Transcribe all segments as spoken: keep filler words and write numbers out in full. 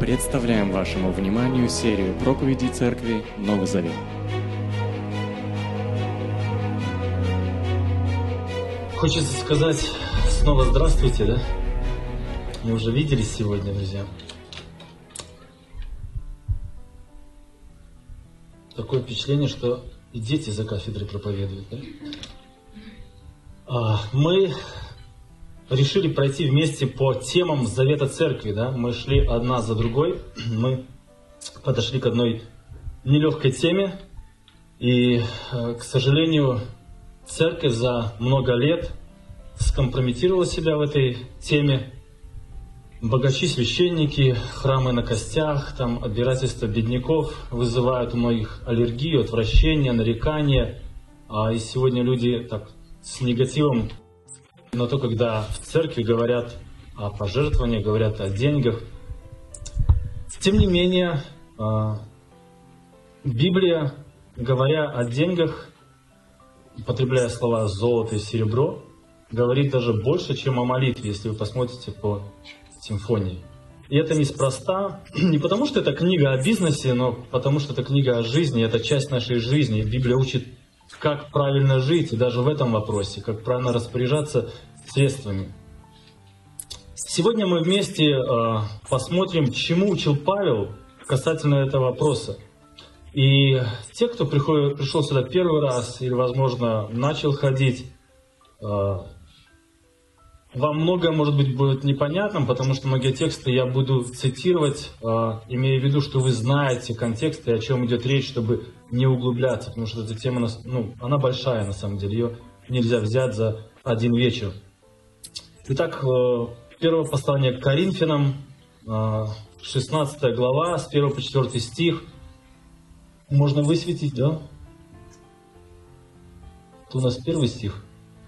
Представляем вашему вниманию серию проповедей Церкви Новый Завет. Хочется сказать снова здравствуйте, да? Мы уже виделись сегодня, друзья. Такое впечатление, что и дети за кафедрой проповедуют, да? А, мы решили пройти вместе по темам Завета Церкви, да? Мы шли одна за другой, мы подошли к одной нелегкой теме, и, к сожалению, Церковь за много лет скомпрометировала себя в этой теме. Богачи, священники, храмы на костях, там отбирательство бедняков вызывают у многих аллергию, отвращение, нарекания. А и сегодня люди так с негативом, но то, когда в церкви говорят о пожертвованиях, говорят о деньгах. Тем не менее, Библия, говоря о деньгах, употребляя слова «золото» и «серебро», говорит даже больше, чем о молитве, если вы посмотрите по симфонии. И это неспроста, не потому что это книга о бизнесе, но потому что это книга о жизни, это часть нашей жизни. Библия учит, как правильно жить, и даже в этом вопросе, как правильно распоряжаться средствами. Сегодня мы вместе э, посмотрим, чему учил Павел касательно этого вопроса. И те, кто приходит, пришел сюда первый раз или, возможно, начал ходить, э, вам многое, может быть, будет непонятным, потому что многие тексты я буду цитировать, э, имея в виду, что вы знаете контекст и о чем идет речь, чтобы не углубляться, потому что эта тема, ну, она большая, на самом деле, ее нельзя взять за один вечер. Итак, э, первое послание к Коринфянам, э, шестнадцатая глава, с первого по четвёртый стих. Можно высветить, да? Это у нас первый стих.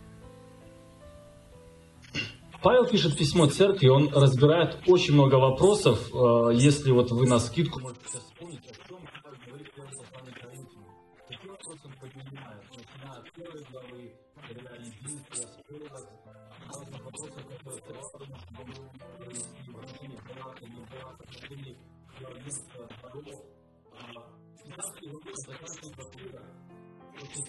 Павел пишет письмо церкви, он разбирает очень много вопросов. Если вот вы на скидку можете сейчас вспомнить, о чем Павел говорит в первом послании к Коринфянам. Какие вопросы он поднимает, начиная от первой главы, когда единство, споров, разных вопросов, которые связаны с отношением брака, не брака, отношением единства, даров. И так его заканчивает такое очень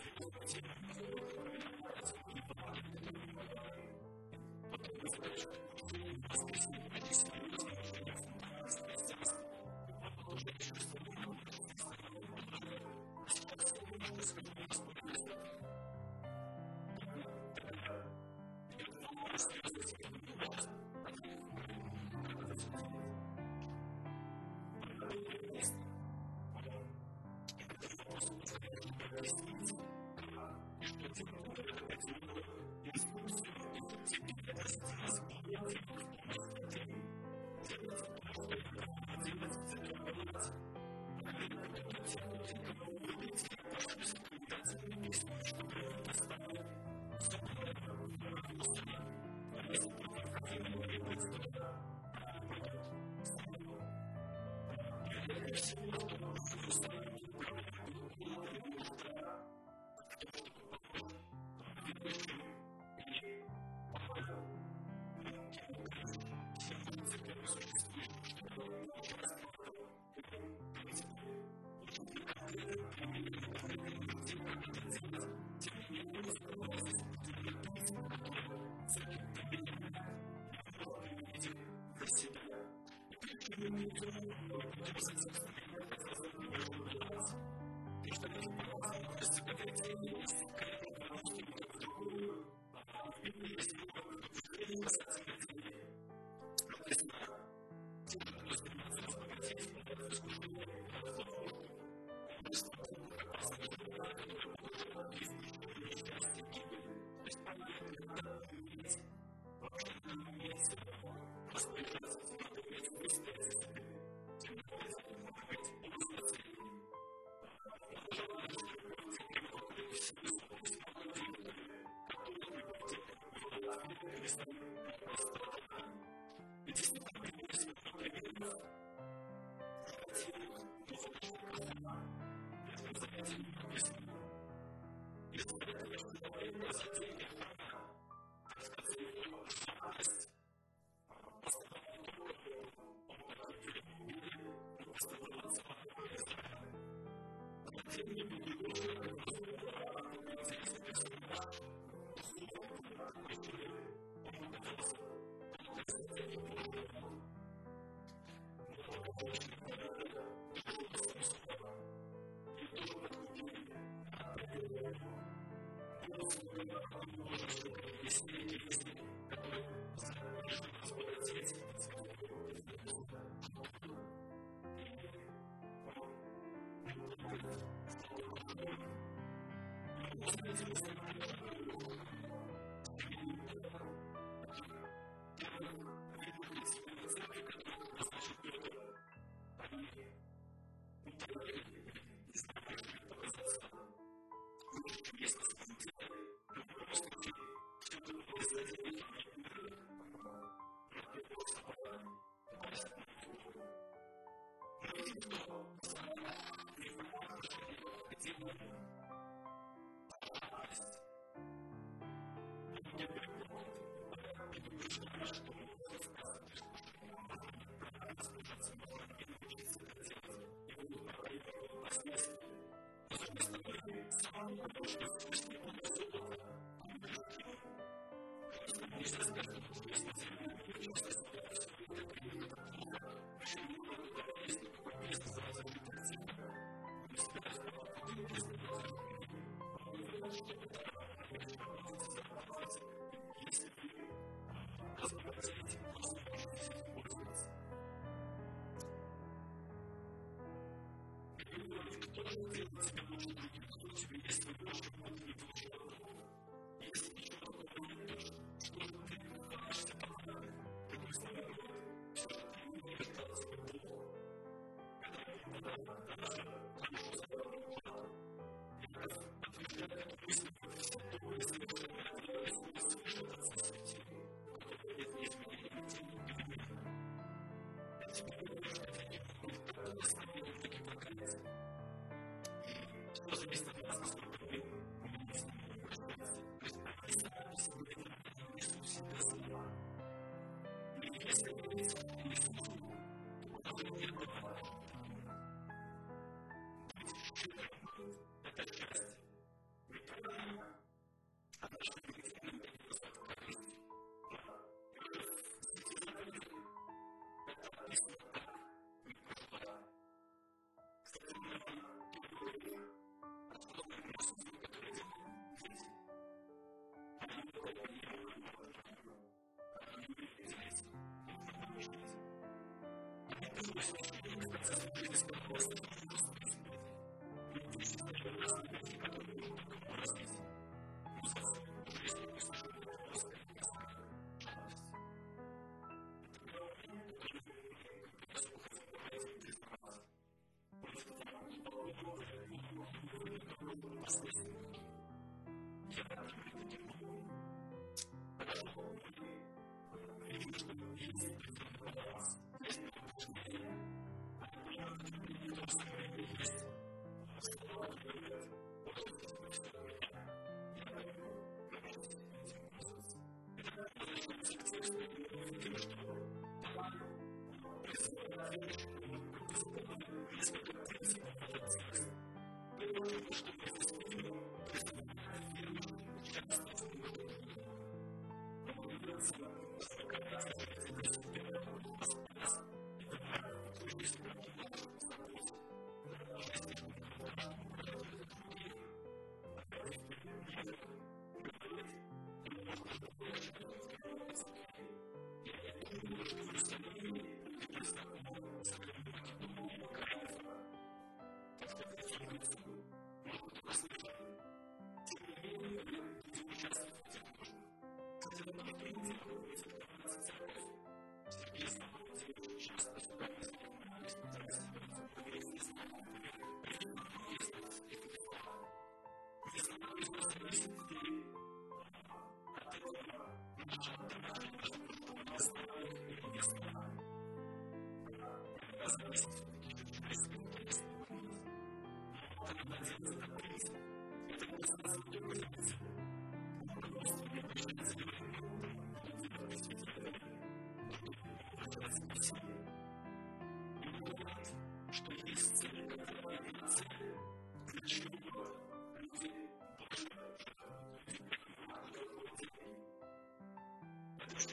Что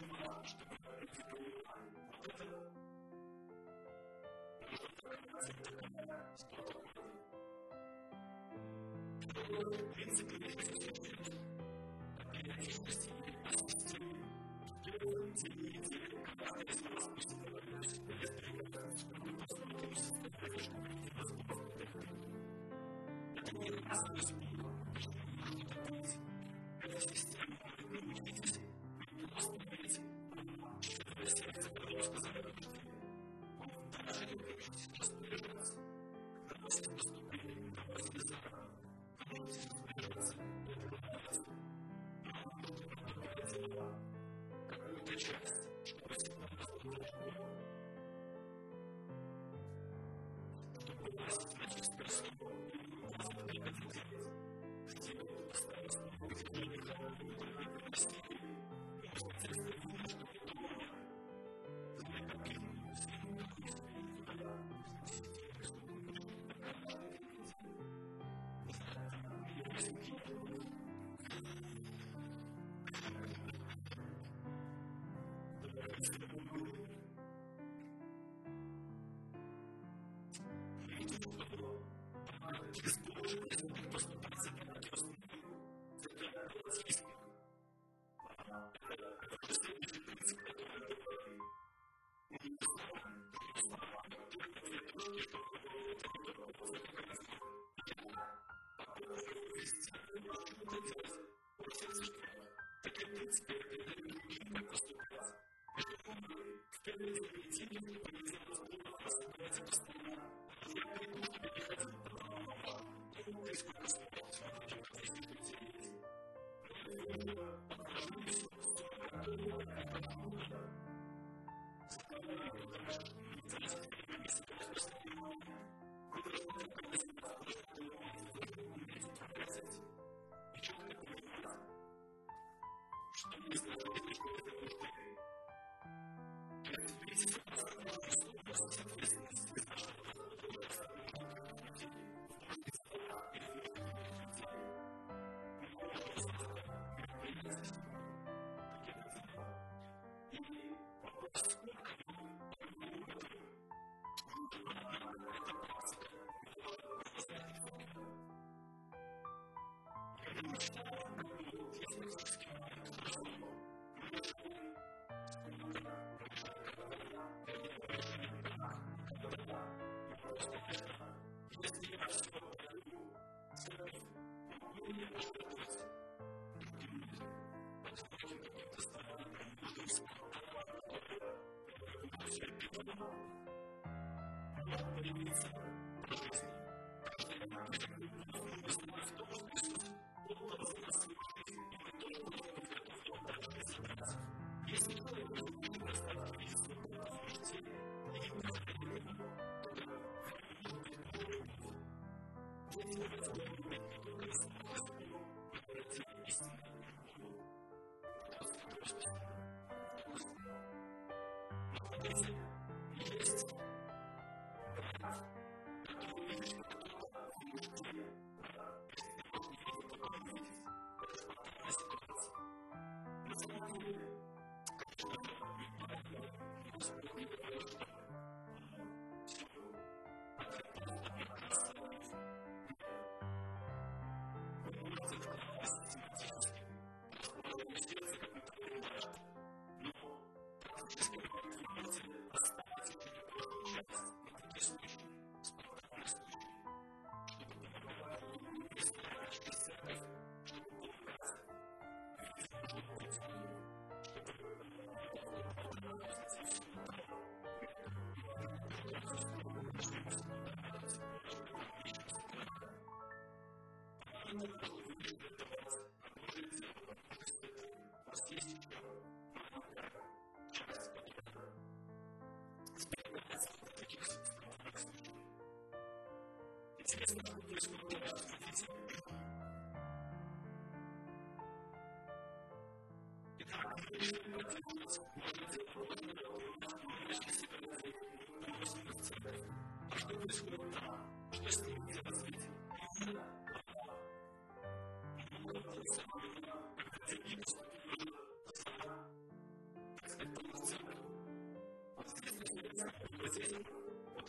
Это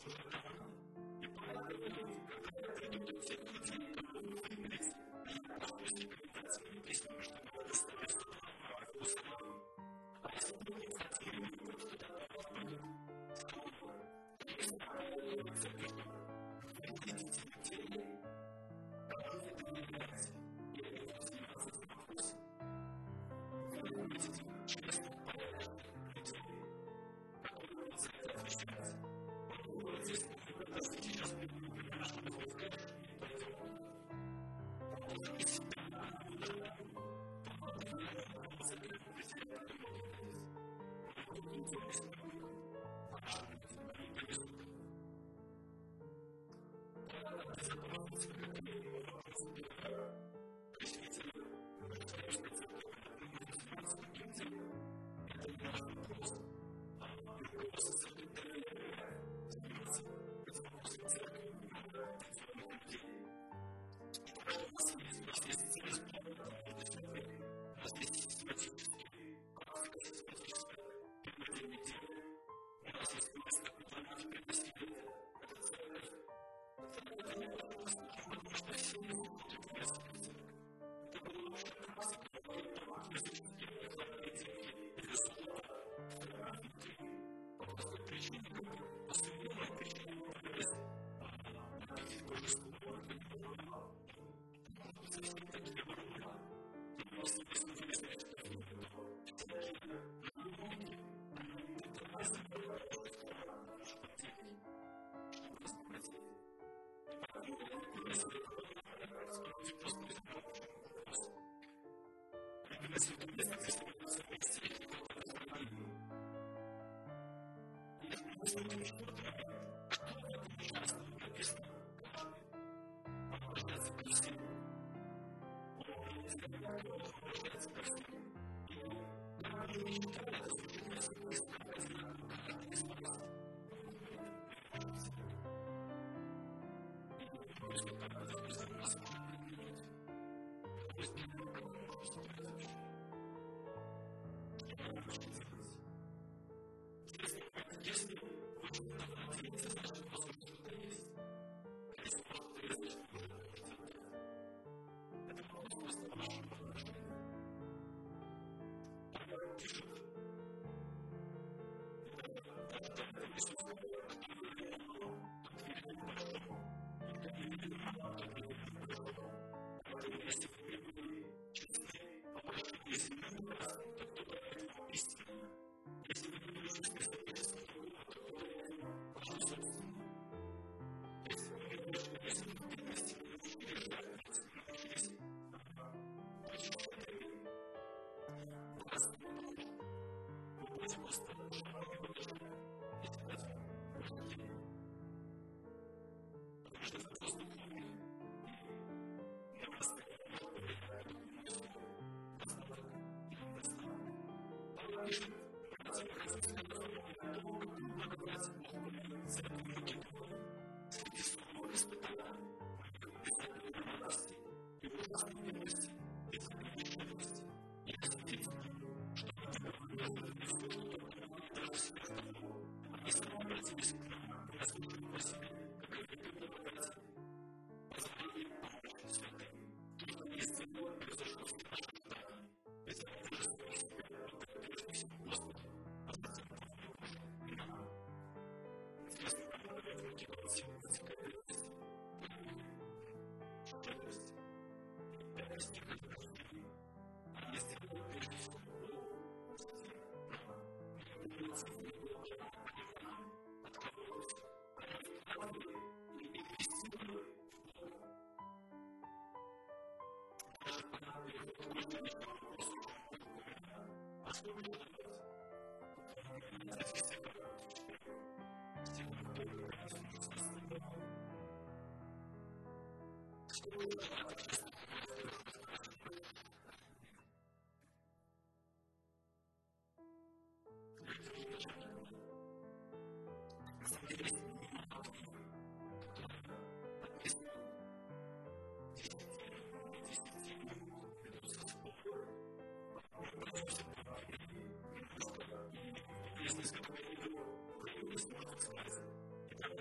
Если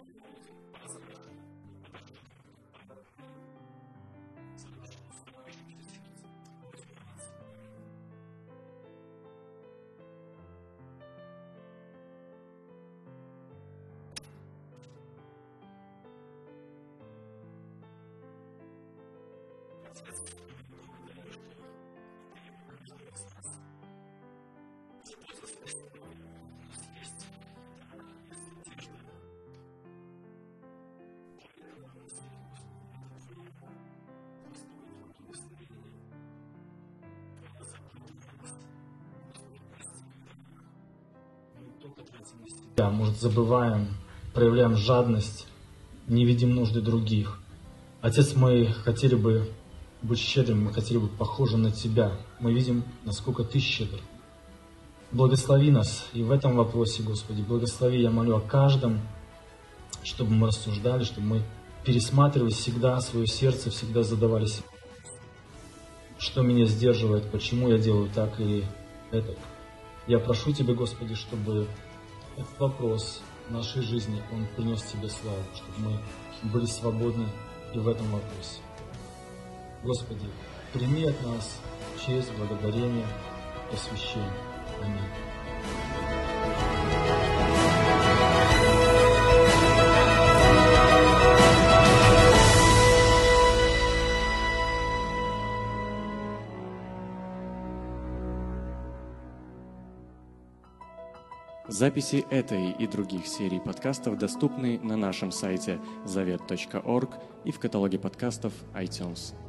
Да, может, забываем, проявляем жадность, не видим нужды других. Отец, мы хотели бы быть щедрым, мы хотели бы похожи на Тебя. Мы видим, насколько Ты щедр. Благослови нас и в этом вопросе, Господи, благослови, я молю о каждом, чтобы мы рассуждали, чтобы мы пересматривали всегда свое сердце, всегда задавали себе, что меня сдерживает, почему я делаю так или это. Я прошу Тебя, Господи, чтобы этот вопрос нашей жизни, он принес Тебе славу, чтобы мы были свободны и в этом вопросе. Господи, прими от нас честь, благодарение, посвящение. Аминь. Записи этой и других серий подкастов доступны на нашем сайте завет точка орг и в каталоге подкастов iTunes.